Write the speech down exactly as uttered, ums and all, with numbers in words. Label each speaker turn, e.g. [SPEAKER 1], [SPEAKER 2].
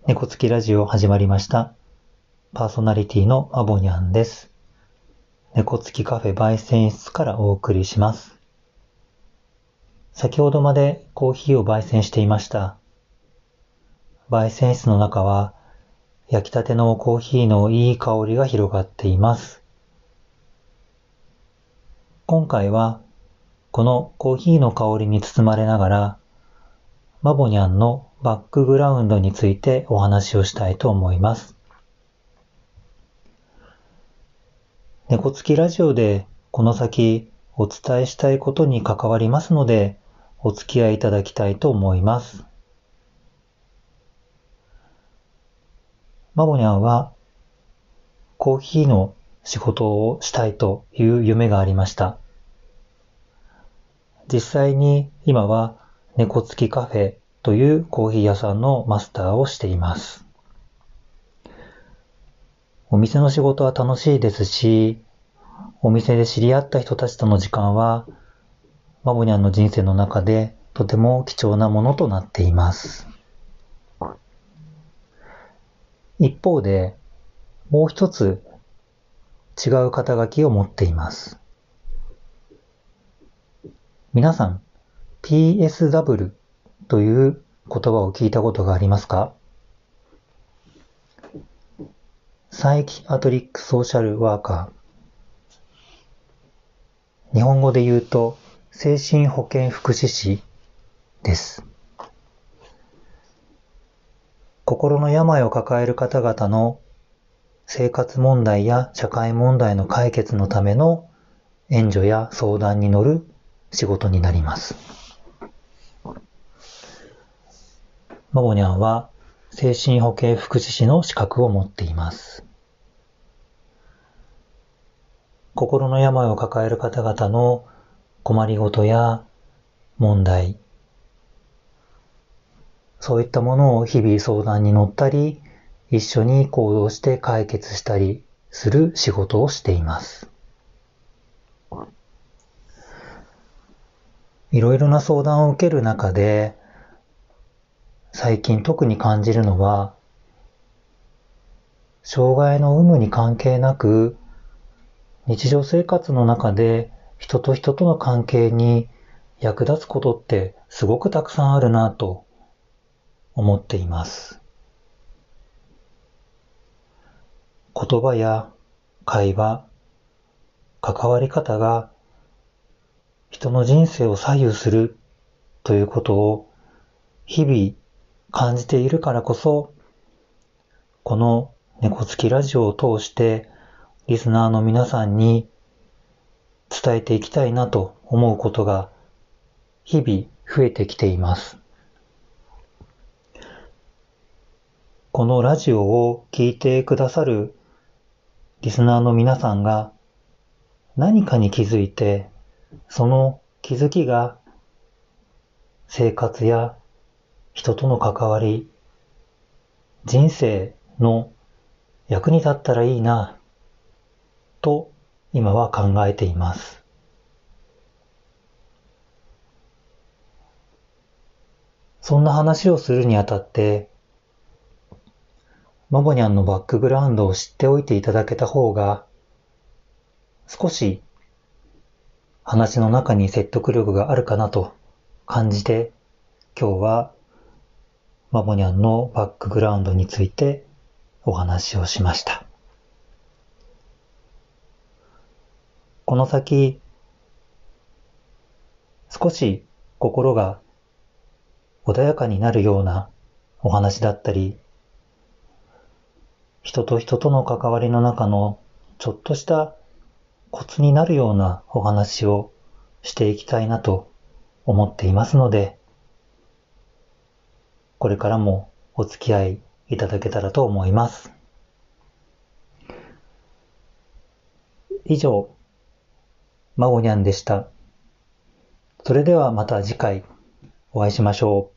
[SPEAKER 1] 猫つきラジオ始まりました。パーソナリティのアボニャンです。猫つきカフェ焙煎室からお送りします。先ほどまでコーヒーを焙煎していました。焙煎室の中は焼きたてのコーヒーのいい香りが広がっています。今回はこのコーヒーの香りに包まれながらマボニャンのバックグラウンドについてお話をしたいと思います。猫つきラジオでこの先お伝えしたいことに関わりますのでお付き合いいただきたいと思います。マボニャンはコーヒーの仕事をしたいという夢がありました。実際に今は猫つきカフェというコーヒー屋さんのマスターをしています。お店の仕事は楽しいですし、お店で知り合った人たちとの時間はマボニャンの人生の中でとても貴重なものとなっています。一方でもう一つ違う肩書きを持っています。皆さん ピーエスダブリュー という言葉を聞いたことがありますか？サイキアトリックソーシャルワーカー。日本語で言うと精神保健福祉士です。心の病を抱える方々の生活問題や社会問題の解決のための援助や相談に乗る仕事になります。マボニャンは精神保健福祉士の資格を持っています。心の病を抱える方々の困りごとや問題、そういったものを日々相談に乗ったり、一緒に行動して解決したりする仕事をしています。いろいろな相談を受ける中で、最近特に感じるのは、障害の有無に関係なく、日常生活の中で人と人との関係に役立つことってすごくたくさんあるなと思っています。言葉や会話、関わり方が人の人生を左右するということを日々感じているからこそ、この猫つきラジオを通してリスナーの皆さんに伝えていきたいなと思うことが日々増えてきています。このラジオを聞いてくださるリスナーの皆さんが何かに気づいて、その気づきが生活や人との関わり、人生の役に立ったらいいなと今は考えています。そんな話をするにあたって、マボニャンのバックグラウンドを知っておいていただけた方が、少し話の中に説得力があるかなと感じて、今日はマボニャンのバックグラウンドについてお話をしました。この先、少し心が穏やかになるようなお話だったり、人と人との関わりの中のちょっとしたコツになるようなお話をしていきたいなと思っていますので、これからもお付き合いいただけたらと思います。以上、マゴニャンでした。それではまた次回お会いしましょう。